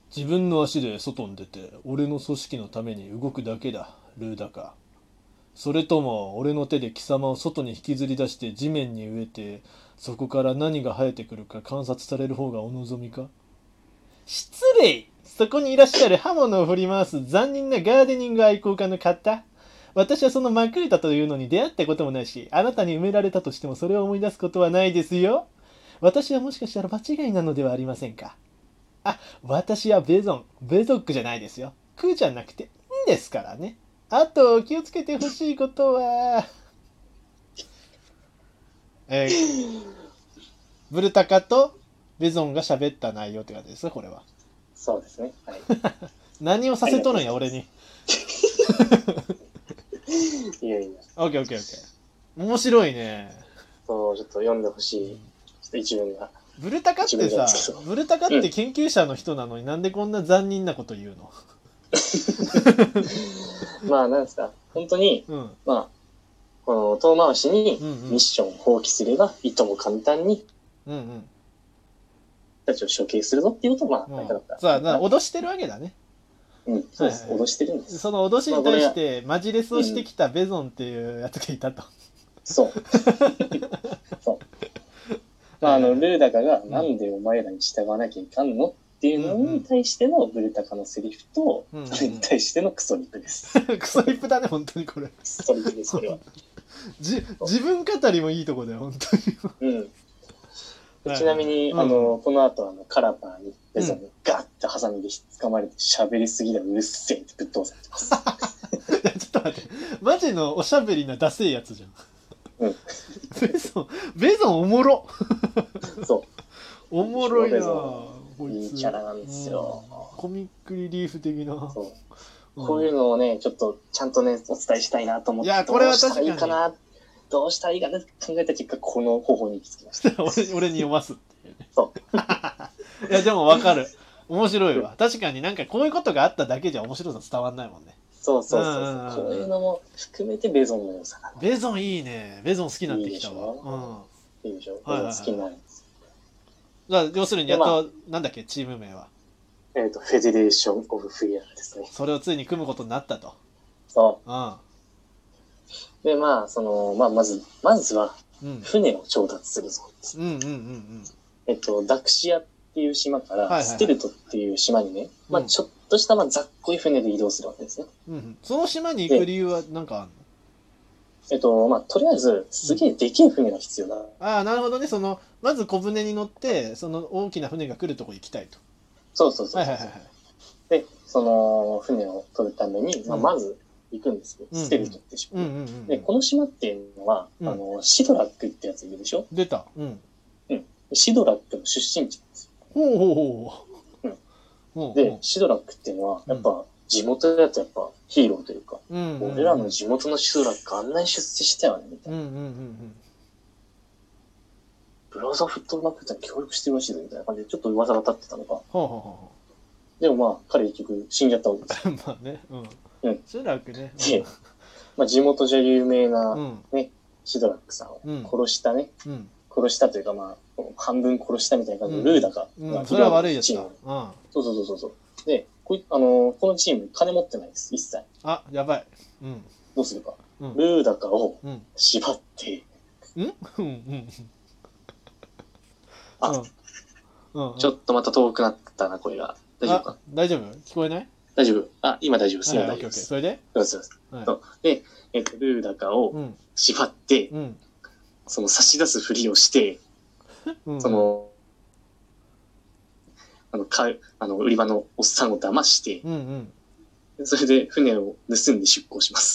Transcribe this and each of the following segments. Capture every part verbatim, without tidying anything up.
自分の足で外に出て俺の組織のために動くだけだ、ルーダか。それとも俺の手で貴様を外に引きずり出して地面に植えて、そこから何が生えてくるか観察される方がお望みか。失礼。そこにいらっしゃる刃物を振り回す残忍なガーデニング愛好家の方。私はそのマクータというのに出会ったこともないし、あなたに埋められたとしてもそれを思い出すことはないですよ。私はもしかしたら間違いなのではありませんか。あ、私はベゾン、ベゾックじゃないですよ。クーじゃなくて、んですからね。あと、気をつけてほしいことは、えー、ブルタカとベゾンが喋った内容って感じです、これは。 そうですね。はい。 何をさせとるんや、俺に。 いやいや。 オッケーオッケーオッケー。面白いね。 そう、ちょっと読んでほしい、ちょっと一文が。 ブルタカってさ、ブルタカって研究者の人なのに、うん、なんでこんな残忍なこと言うの。 まあ、なんですか、本当に、 うん、 まあ、この遠回しにミッションを放棄すれば、うんうん、いとも簡単に、うんうん、たちを処刑するぞっていうことを、まあ、なんかだった。 さあ、脅してるわけだね。 うん、そうです、はいはい、脅してるんです。 その脅しに対してマジレスをしてきたベゾンっていうやつがいたと。 そう。そう。まあ、あの、ルーダカがなんでお前らに従わなきゃいかんのっていうのに対してのブルタカのセリフと、うんうん、それに対してのクソリップです。 クソリップだね、本当にこれ。クソリップです、これは。 じ自分語りもいいとこだよ、本当に。 うん。ちなみに、うん、あの、この後、あの、カラパーに、ベゾンにガッてハサミで掴まれて喋りすぎだ、うるせえってぶっ通されてます。 いや、ちょっと待って。マジのおしゃべりなダセえやつじゃん。うん。ベゾン、ベゾンおもろ。 そう。 おもろいなぁ。 いいキャラなんですよ。 うん、コミックリリーフ的な。 そう。こういうのをね、ちょっとちゃんとね、お伝えしたいなと思って。 いや、これは確かに。 どうしたらいいかな、どうしたらいいかなって考えた結果、この方法に行き着きました。 俺, 俺に読ますっていうね。 そう。 いや、でもわかる。面白いわ。確かになんかこういうことがあっただけじゃ面白さ伝わんないもんね。 そうそうそうそう。こういうのも含めてベゾンの良さが。 ベゾンいいね。ベゾン好きになってきたわ。 いいでしょ。ベゾン好きになるんです。 だから要するにやっと、なんだっけ、チーム名は。 えっと、フェデレーション・オブ・フィアですね。 それをついに組むことになったと。 そう。うん。で、まあ、その、まあ、まず、まずは、船を調達するぞ。うんうんうんうん。えっと、ダクシアっていう島から、ステルトっていう島にね、まあ、ちょっとした、まあ、ざっこい船で移動するわけですね。うんうん。 その島に行く理由は何かあるの？ えっと、まあ、とりあえず、すげえでけえ船が必要だ。うん、 ああ、なるほどね。その、まず小船に乗って、その大きな船が来るとこ行きたいと。 そうそうそうそう。はいはいはい。で、その船を取るために、まあ、まず行くんですよ。うん、ステルトって島、うんうんうん。で、この島っていうのは、うん、あの、シドラックってやついるでしょ？ 出た。うん。 うん。シドラックの出身地なんですよ。 ほうほうほう。 うん。で、シドラックっていうのは、やっぱ、地元だとやっぱヒーローというか、うんうんうん、俺らの地元のシドラックあんなに出世したよね、みたいな。うんうんうんうん、ブラザーフットマーケットに協力してるらしいぞ、みたいな感じで、ちょっと噂が立ってたのか。はあはあはあ、でもまあ、彼結局死んじゃったわけですよ。 まあね、うん。 うん。 シドラックね。 で、まあ地元じゃ有名な、ね、うん、シドラックさんを殺したね、うん、殺したというかまあ、半分殺したみたいな感じで、ルーダか、 うんうん、それは悪いやつだ。うん。 そうそうそうそう。で、こいあのー、このチーム金持ってないです、一切。 あ、やばい。うん。 どうするか。うん、ルーダカを縛って、 うん、うんうんうんあ、うんうん、ちょっとまた遠くなったな、声が。大丈夫か？ 大丈夫？聞こえない？ 大丈夫。あ、今大丈夫です。今大丈夫です。それで？ そうです。はい、で、えっと、ルーダカを縛って、うん、その差し出すふりをして、うん、その、あの、かあの売り場のおっさんを騙して、うんうん、それで船を盗んで出港します。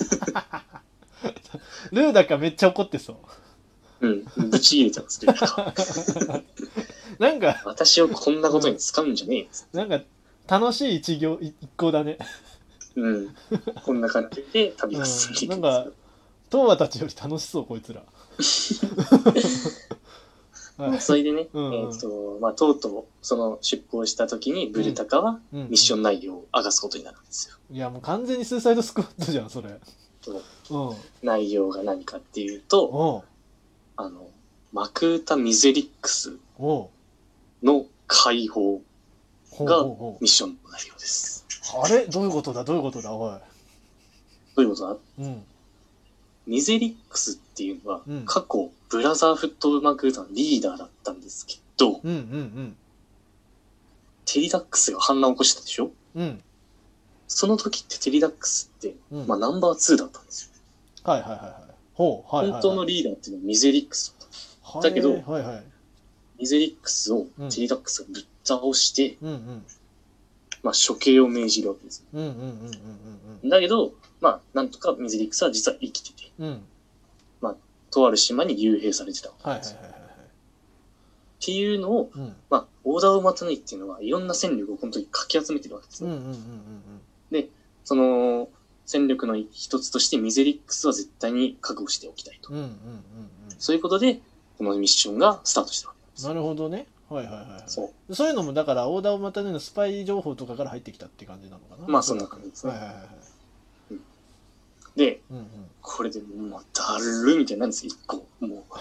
ルーダカめっちゃ怒ってそう。 うん、ぶち入れてます、ルーダカ。 なんか、 私をこんなことに使うんじゃねえっつって。 なんか、楽しい一行、一行だね。 うん。こんな感じで旅が進んでいくんですよ。 なんか、東亜たちより楽しそう、こいつら。 はい、それでね、うんうん、えっと、まあ、とうとう、その出港した時に、ブルタカはミッション内容を明かすことになるんですよ。 いや、もう完全にスーサイドスクワットじゃん、それ。 そう。内容が何かっていうと、あの、マクータ・ミゼリックスの解放。 がミッションの内容です。 あれどういうことだどういうことだおい。 どういうことだ、 うん、 ミゼリックスっていうのは、うん、過去ブラザーフットマクータのリーダーだったんですけど、 うんうんうん、 テリダックスが反乱を起こしたでしょ、 うん、 その時ってテリダックスって、うん、まあナンバーツーだったんですよ。 はいはいはいはい。ほう、はいはいはい、 本当のリーダーっていうのはミゼリックスだった。だけど、 はいはい、 ミゼリックスをテリダックスがぶっ倒して、 うんうん、 まあ処刑を命じるわけです。 うんうんうんうんうん。 だけど、まあなんとかミゼリックスは実は生きてて、 うん、 まあとある島に幽閉されてたわけです。はいはいはいはい。っていうのを、うん、まあオーダーオブマタヌイっていうのはいろんな戦力をこの時かき集めてるわけですね。うんうんうんうん、で、その戦力の一つとしてミゼリックスは絶対に覚悟しておきたいと。うんうんうんうん、そういうことでこのミッションがスタートしたわけです。 なるほどね。はいはいはい。そう。そういうのもだからオーダーオブマタヌイのスパイ情報とかから入ってきたって感じなのかな。 まあそんな感じですね。はいはいはいはい。うん、で、うんうん、これでもうだるみたいなんですよ、一個もう。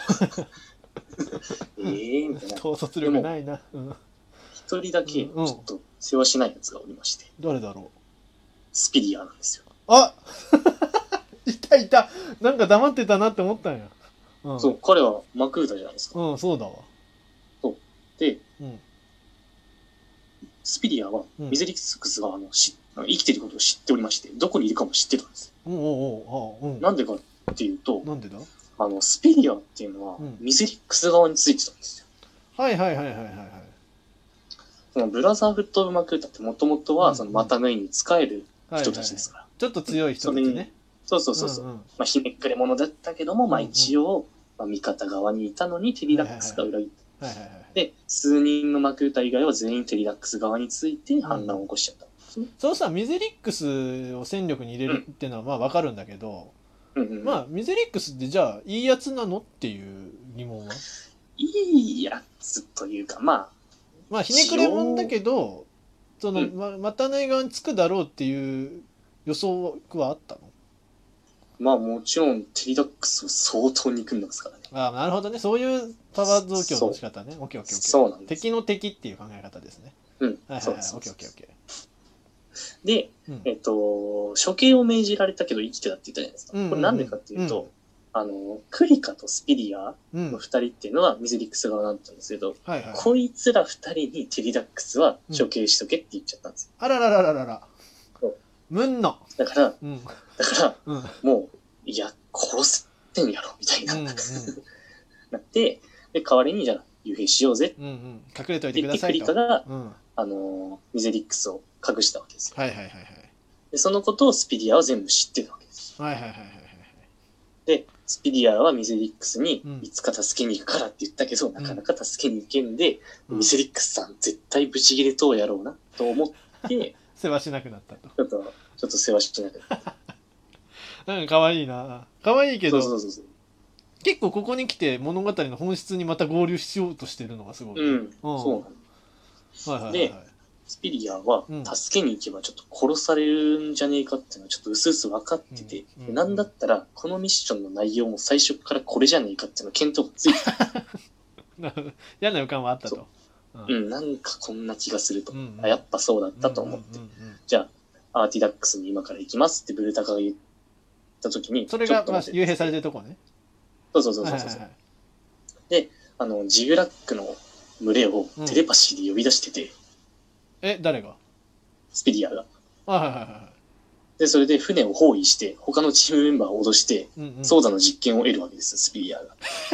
ええみたいな。 統率力ないな。 一人だけちょっと世話しないやつがおりまして。 誰だろう。 スピリアなんですよ。 あいたいた。なんか黙ってたなって思ったんや。 うん、そう、彼はマクータじゃないですか。 うん、そうだわ。 そう。で、うん、スピリアはミゼリックスがあのし生きてることを知っておりまして、どこにいるかも知ってたんです。 おうおうおう、うん、 なんでかっていうと、 なんでだあの、スピリアっていうのは、ミゼリックス側についてたんですよ。 はいはいはいはいはいはい。 そのブラザーフット・オブ・マクータってもともとは、そのマタヌイに仕える人たちですから。 ちょっと強い人たちね。 そうそうそうそう。うんうん、まあ、ひねくれ者だったけども、まあ一応、まあ、味方側にいたのにテリダックスが裏切った。はいはいはいはい、で、数人のマクータ以外は全員テリダックス側について反乱を起こしちゃったんですね。うん、 そうさ、ミゼリックスを戦力に入れるっていうのはまあわかるんだけど、うんうんうん、まあミゼリックスってじゃあいいやつなのっていう疑問は？ いいやつというか、まあまあひねくれ者だけど、その、うん、ままたない側につくだろうっていう予想はあったの？ まあもちろんテリダックスを相当憎んでますからね。 ああ、なるほどね。そういうパワー増強の仕方ね。オッケーオッケーオッケー。 そうなんです。 敵の敵っていう考え方ですね。 うん。 はいはいはい。オッケーオッケーオッケー。で、うん、えっと、処刑を命じられたけど生きてたって言ったじゃないですか。うんうんうん、これなんでかっていうと、うん、あの、クリカとスピリアの二人っていうのはミゼリックス側だったんですけど、うんはいはい、こいつら二人にテリダックスは処刑しとけって言っちゃったんですよ。 うん、あらららららら。ムンノ。 だから、うん、だから、うん、もう、いや、殺せんやろ、みたいな。うんうん、なって、で、代わりに、じゃあ、幽閉しようぜ。 うんうん、隠れといてくださいと。 クリカが、うん、あの、ミゼリックスを隠したわけですよ。 はいはいはいはい。 で、そのことをスピリアは全部知ってるわけです。 はいはいはいはい。 で、スピリアはミゼリックスに、いつか助けに行くからって言ったけど、うん、なかなか助けに行けんで、うん、ミゼリックスさん絶対ブチギレとうやろうな、と思って、 世話しなくなったと。 ちょっと、ちょっと世話しなくなった。 なんか可愛いな。可愛いけど、 そうそうそうそう、 結構ここに来て物語の本質にまた合流しようとしてるのがすごい。 うん、うん、そうなんで、はいはいはいはい、で、スピリアは助けに行けばちょっと殺されるんじゃねえかっていうのはちょっと薄々分かってて、うんうんうん、なんだったらこのミッションの内容も最初からこれじゃねえかっていうの見当がついてた。 嫌な予感はあったと。 うん、うん、なんかこんな気がすると、うんうん、あやっぱそうだったと思って、うんうんうんうん、じゃあアーティダックスに今から行きますってブルタカが言った時に、 それが、まあ、幽閉されてるとこね。 そうそうそうそうそう、はいはいはい、で、あのジグラックの群れをテレパシーで呼び出してて、うん、 え、誰が？ スピリアが。 はいはいはい。 で、それで船を包囲して、他のチームメンバーを脅して、うんうん、操作の実験を得るわけですよ、スピリアが。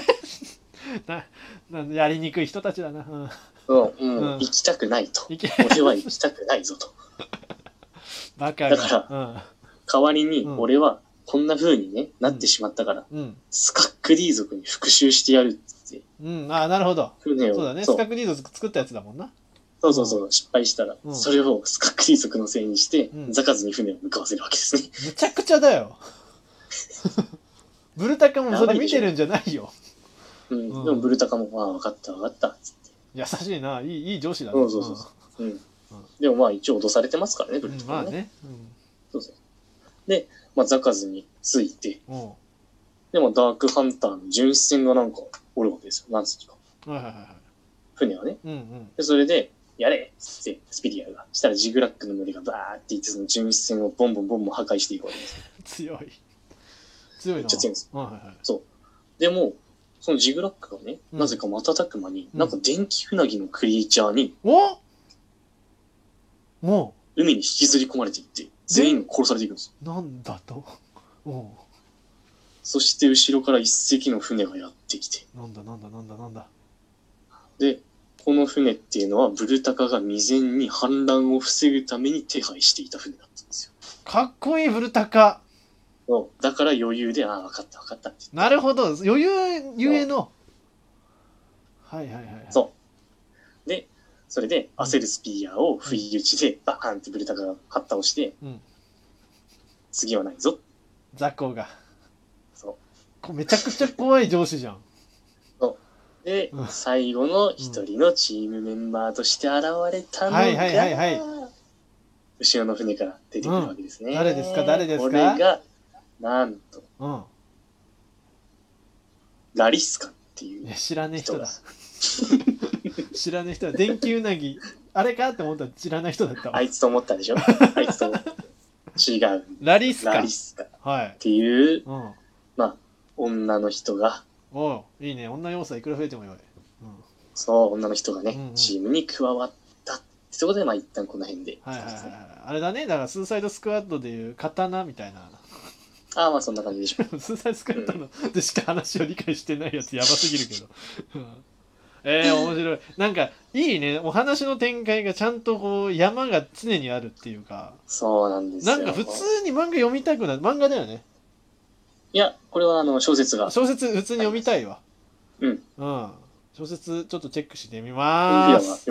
ななやりにくい人たちだな。うん、 そう、うんうん、行きたくないと。俺は行きたくないぞと。 バカが。 だから、うん、代わりに俺はこんな風にね、なってしまったから、うん、スカックディー族に復讐してやるって。 うん、ああ、なるほど。 船を。 そうだね、スカックディー族作ったやつだもんな。 そうそうそう、失敗したら、うん、それをスカックディ族のせいにして、うん、ザカズに船を向かわせるわけですね。 むちゃくちゃだよ。ブルタカもそれ見てるんじゃないよ。 うん、でもブルタカも、ああ、分かった分かったっつって。 優しいな、いい、いい上司だね。そうそうそう。うん。うん、でもまあ一応脅されてますからね、ブルタカはね。 うん、まあね。うん、 そうそう。で、まあザカズについて、うん、でもダークハンターの巡視船がなんかおるわけですよ、何隻か。 はいはいはい。 船はね。 うんうん、 で、それで、 やれっつってスピリアがしたらジグラックの群れがバーっていってその巡視船をボンボンボンボン破壊していくわけです。 強い強いな。 めっちゃ強いんです。 はいはいはい、 そうでもそのジグラックがね、うん、なぜか瞬く間に、うん、なんか電気船木のクリーチャーに、 おもう海に引きずり込まれていって全員殺されていくんです。 なんだと。おそして後ろから一隻の船がやってきて、 なんだなんだなんだなんだ。 でこの船っていうのはブルタカが未然に反乱を防ぐために手配していた船だったんですよ。 かっこいいブルタカ。 そうだから余裕で、ああ分かった分かったって。 なるほど、余裕ゆえの。はいはいはい、はい、 そうでそれで焦るスピリアを不意打ちでバーンってブルタカがかっ倒して、うん、次はないぞ雑魚が。 そうめちゃくちゃ怖い上司じゃん。 そうで、うん、最後の一人のチームメンバーとして現れたのが、はいはいはいはい、後ろの船から出てくるわけですね、うん、 誰ですか誰ですか。 これがなんと、うん、ラリスカっていう人。 いや知らねえ人だ知らねえ人だ。電気うなぎあれかって思ったら知らない人だったわ。 あいつと思ったでしょあいつと思った違う。 ラリスカ。 ラリスカっていう、 はい、うん、 まあ女の人が、 おいいね、女要素はいくら増えてもよい、うん、 そう女の人がね、うんうん、チームに加わったってところで、まあ一旦この辺で、 はいはいはい、あれだね、だからスーサイドスクワットでいう刀みたいな。 ああまあそんな感じでしょスーサイドスクワットのでしか話を理解してないやつやばすぎるけどえー、面白い。なんかいいね、お話の展開がちゃんとこう山が常にあるっていうか。 そうなんですよ。 なんか普通に漫画読みたくなる。漫画だよね。 いやこれはあの小説が、 小説普通に読みたいわ。 うん、 うん、小説ちょっとチェックしてみます。